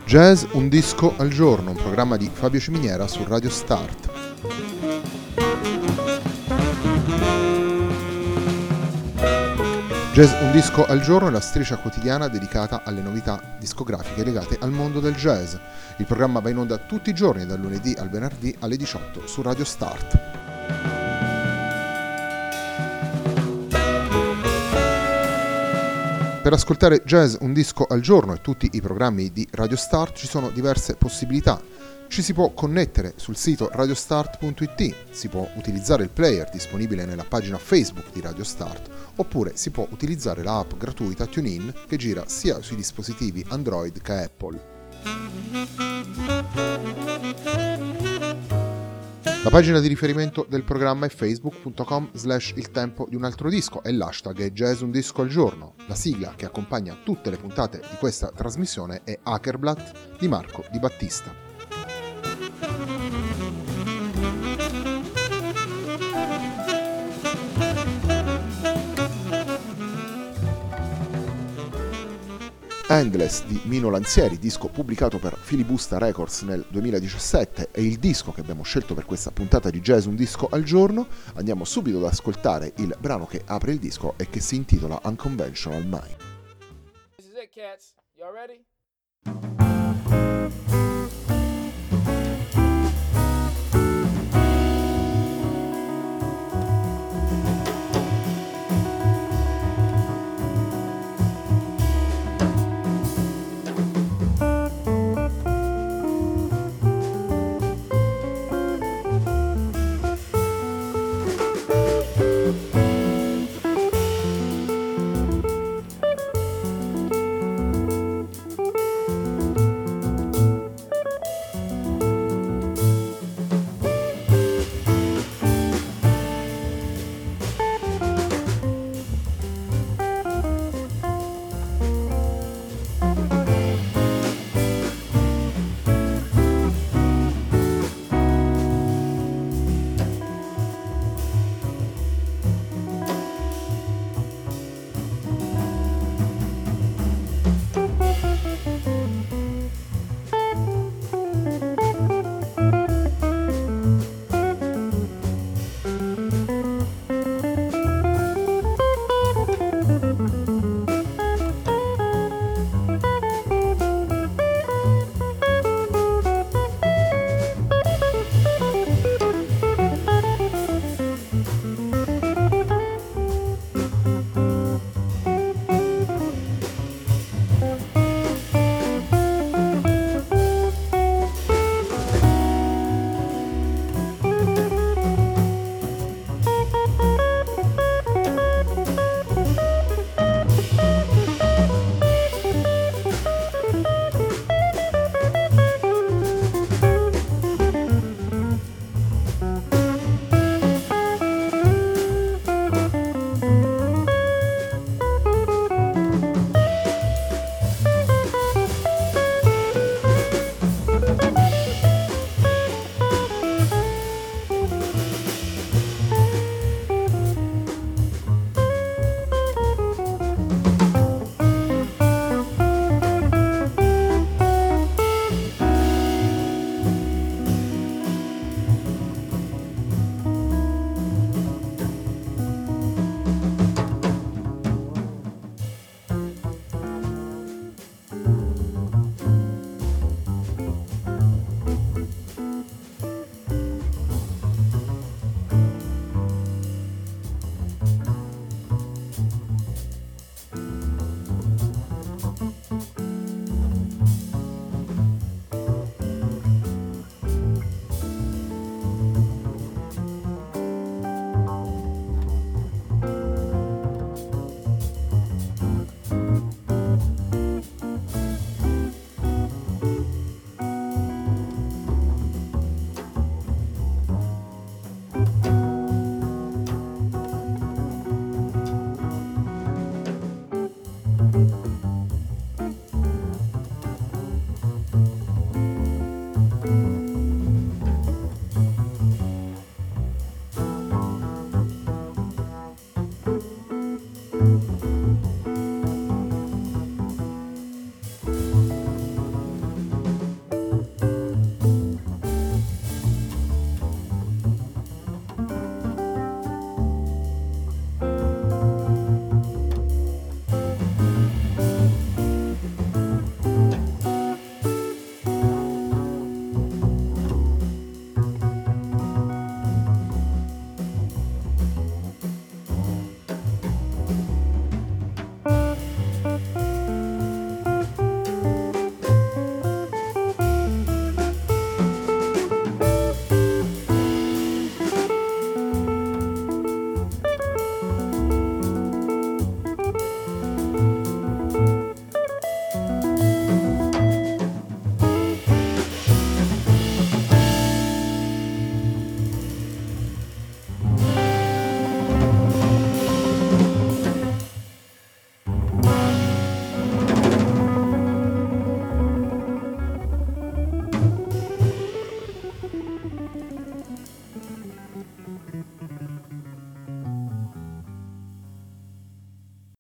Jazz un disco al giorno, un programma di Fabio Ciminiera su Radio Start. Jazz un disco al giorno è la striscia quotidiana dedicata alle novità discografiche legate al mondo del jazz. Il programma va in onda tutti i giorni dal lunedì al venerdì alle 18 su Radio Start. Per ascoltare Jazz un disco al giorno e tutti i programmi di Radio Start ci sono diverse possibilità. Ci si può connettere sul sito radiostart.it, si può utilizzare il player disponibile nella pagina Facebook di Radio Start, oppure si può utilizzare la app gratuita TuneIn che gira sia sui dispositivi Android che Apple. La pagina di riferimento del programma è facebook.com/il tempo di un altro disco e l'hashtag è Jazz un disco al giorno. La sigla che accompagna tutte le puntate di questa trasmissione è Hackerblatt di Marco Di Battista. Endless di Mino Lanzieri, disco pubblicato per Filibusta Records nel 2017, è il disco che abbiamo scelto per questa puntata di Jazz un disco al giorno. Andiamo subito ad ascoltare il brano che apre il disco e che si intitola Unconventional Mind. This is it, cats. Y'all ready?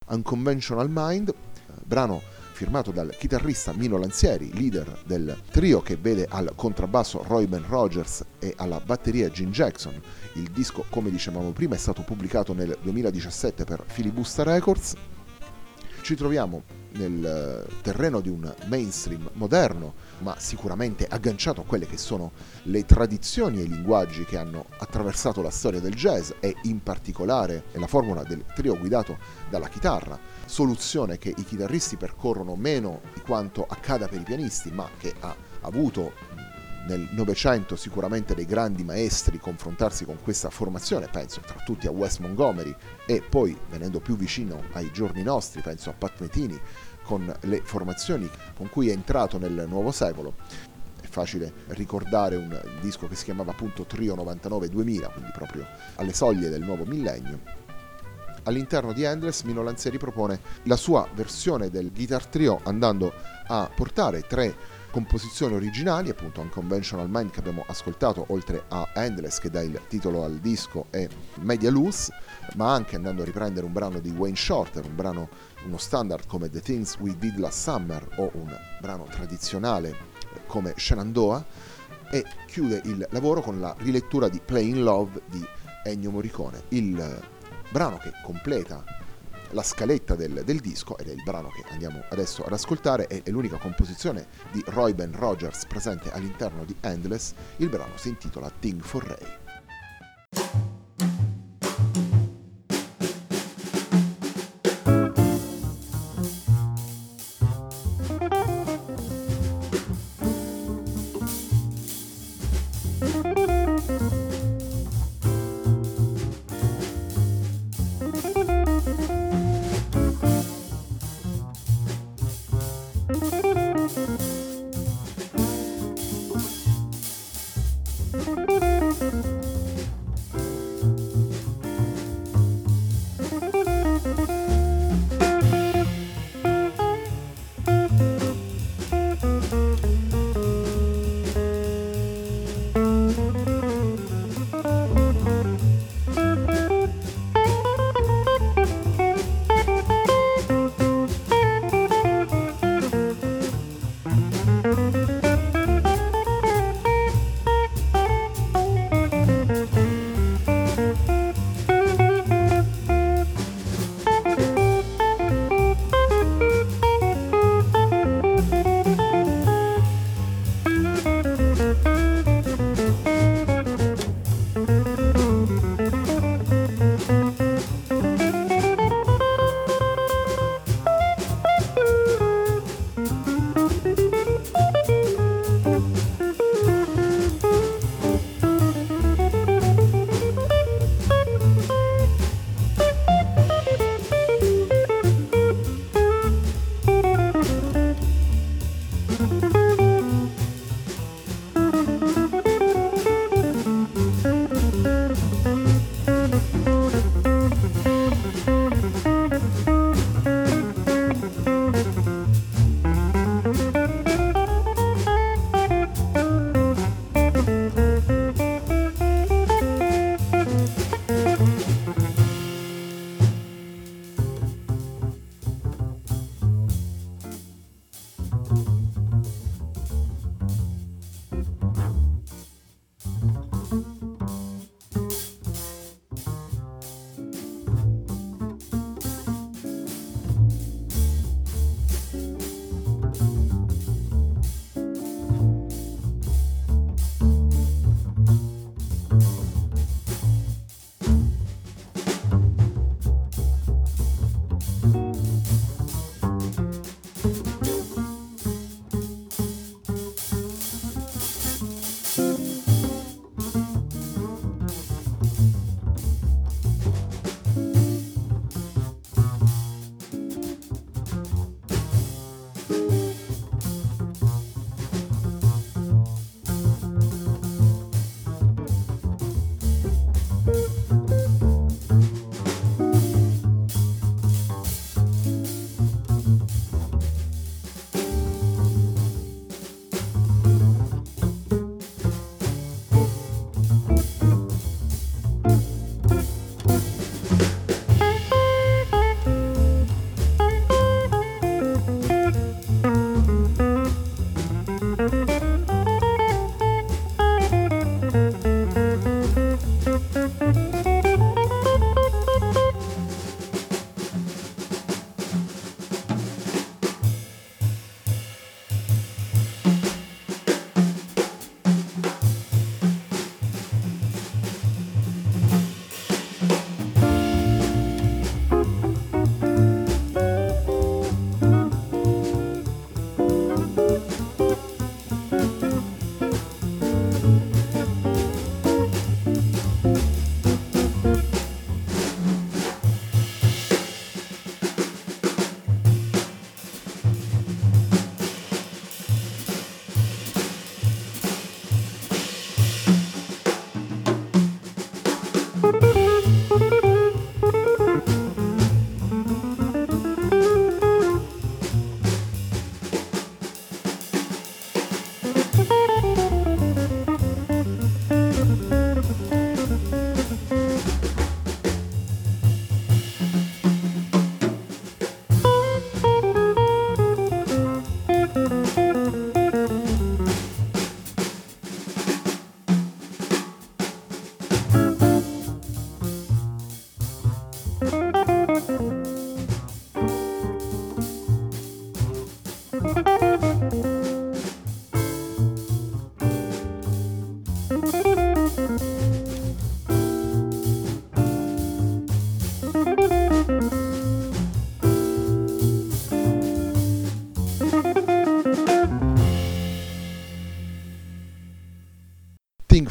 Unconventional Mind, brano firmato dal chitarrista Mino Lanzieri, leader del trio, che vede al contrabbasso Roy Ben Rogers e alla batteria Gene Jackson. Il disco, come dicevamo prima, è stato pubblicato nel 2017 per Filibusta Records. Ci troviamo nel terreno di un mainstream moderno, ma sicuramente agganciato a quelle che sono le tradizioni e i linguaggi che hanno attraversato la storia del jazz, e in particolare la formula del trio guidato dalla chitarra, soluzione che i chitarristi percorrono meno di quanto accada per i pianisti, ma che ha avuto nel Novecento sicuramente dei grandi maestri confrontarsi con questa formazione. Penso tra tutti a Wes Montgomery, e poi, venendo più vicino ai giorni nostri, penso a Pat Metheny con le formazioni con cui è entrato nel nuovo secolo. È facile ricordare un disco che si chiamava appunto Trio 99-2000, quindi proprio alle soglie del nuovo millennio. All'interno di Endless, Mino Lanzieri propone la sua versione del Guitar Trio, andando a portare 3 composizioni originali, appunto Unconventional Mind che abbiamo ascoltato, oltre a Endless che dà il titolo al disco, e Media Loose, ma anche andando a riprendere un brano di Wayne Shorter, uno standard come The Things We Did Last Summer, o un brano tradizionale come Shenandoah, e chiude il lavoro con la rilettura di Plain Love di Ennio Morricone. Il brano che completa la scaletta del disco, ed è il brano che andiamo adesso ad ascoltare, è l'unica composizione di Roy Ben Rogers presente all'interno di Endless. Il brano si intitola Thing for Ray.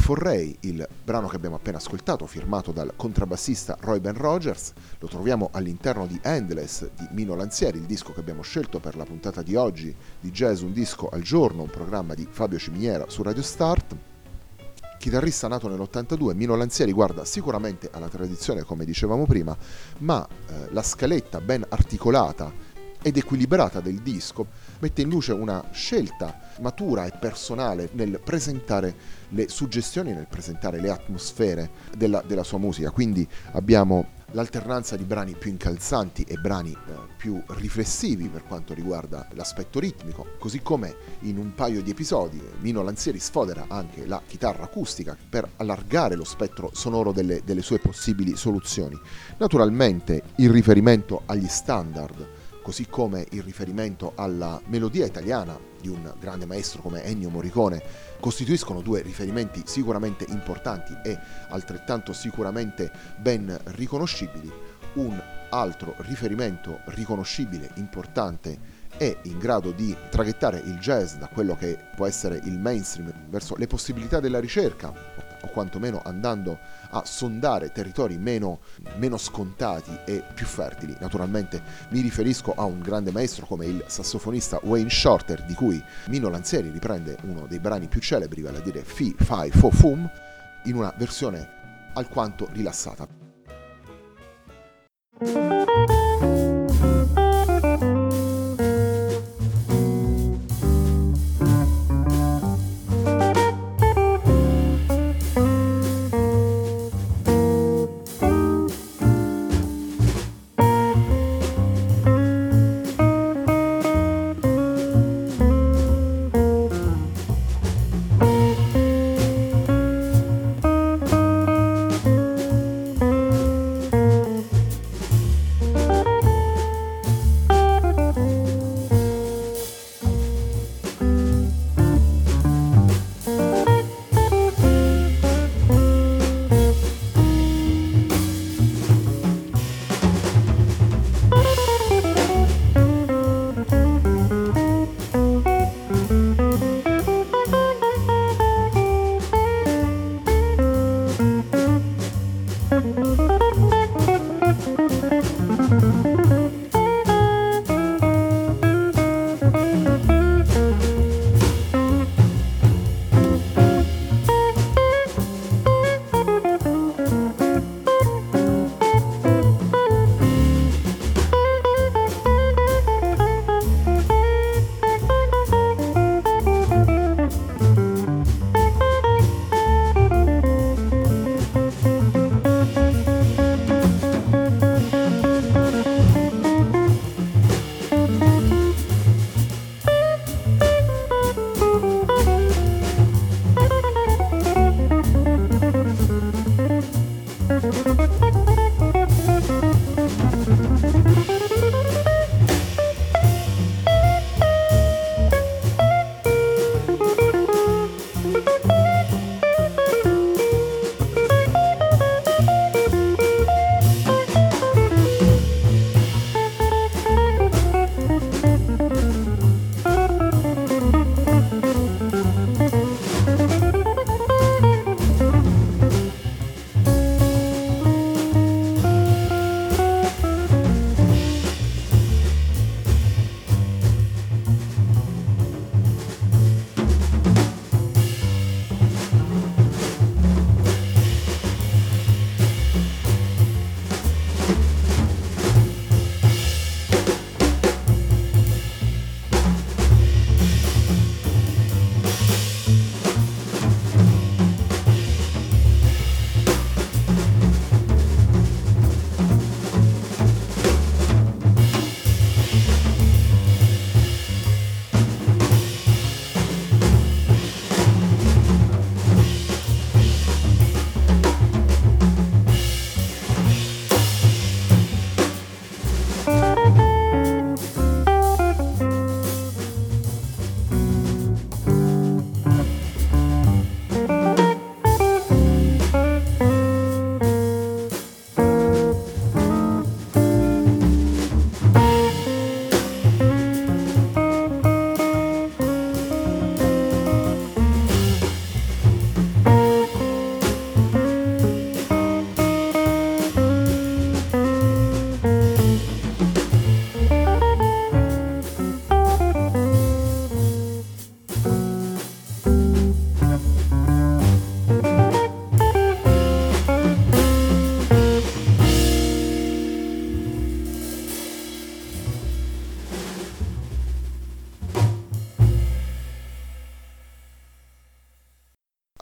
Forray, il brano che abbiamo appena ascoltato, firmato dal contrabbassista Roy Ben Rogers. Lo troviamo all'interno di Endless di Mino Lanzieri, il disco che abbiamo scelto per la puntata di oggi di Jazz Un Disco al Giorno, un programma di Fabio Ciminiera su Radio Start. Chitarrista nato nell'82, Mino Lanzieri guarda sicuramente alla tradizione, come dicevamo prima, ma la scaletta ben articolata ed equilibrata del disco mette in luce una scelta matura e personale nel presentare le suggestioni, nel presentare le atmosfere della sua musica. Quindi abbiamo l'alternanza di brani più incalzanti e brani più riflessivi per quanto riguarda l'aspetto ritmico, così come in un paio di episodi Mino Lanzieri sfodera anche la chitarra acustica per allargare lo spettro sonoro delle sue possibili soluzioni. Naturalmente il riferimento agli standard, così come il riferimento alla melodia italiana di un grande maestro come Ennio Morricone, costituiscono due riferimenti sicuramente importanti e altrettanto sicuramente ben riconoscibili. Un altro riferimento riconoscibile, importante, è in grado di traghettare il jazz da quello che può essere il mainstream verso le possibilità della ricerca, o quantomeno andando a sondare territori meno scontati e più fertili. Naturalmente mi riferisco a un grande maestro come il sassofonista Wayne Shorter, di cui Mino Lanzieri riprende uno dei brani più celebri, vale a dire Fi, Fai, Fo, Fum, in una versione alquanto rilassata.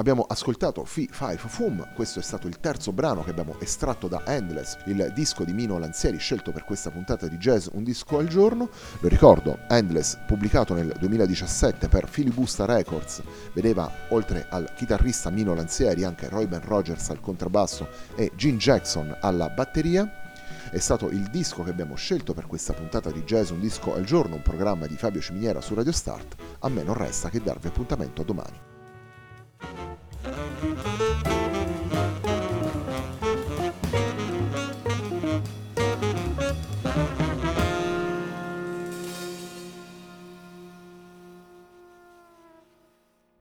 Abbiamo ascoltato Fee Five Fum, questo è stato il terzo brano che abbiamo estratto da Endless, il disco di Mino Lanzieri scelto per questa puntata di Jazz Un Disco al Giorno. Lo ricordo, Endless, pubblicato nel 2017 per Filibusta Records, vedeva oltre al chitarrista Mino Lanzieri anche Roy Ben Rogers al contrabbasso e Gene Jackson alla batteria. È stato il disco che abbiamo scelto per questa puntata di Jazz Un Disco al Giorno, un programma di Fabio Ciminiera su Radio Start. A me non resta che darvi appuntamento a domani.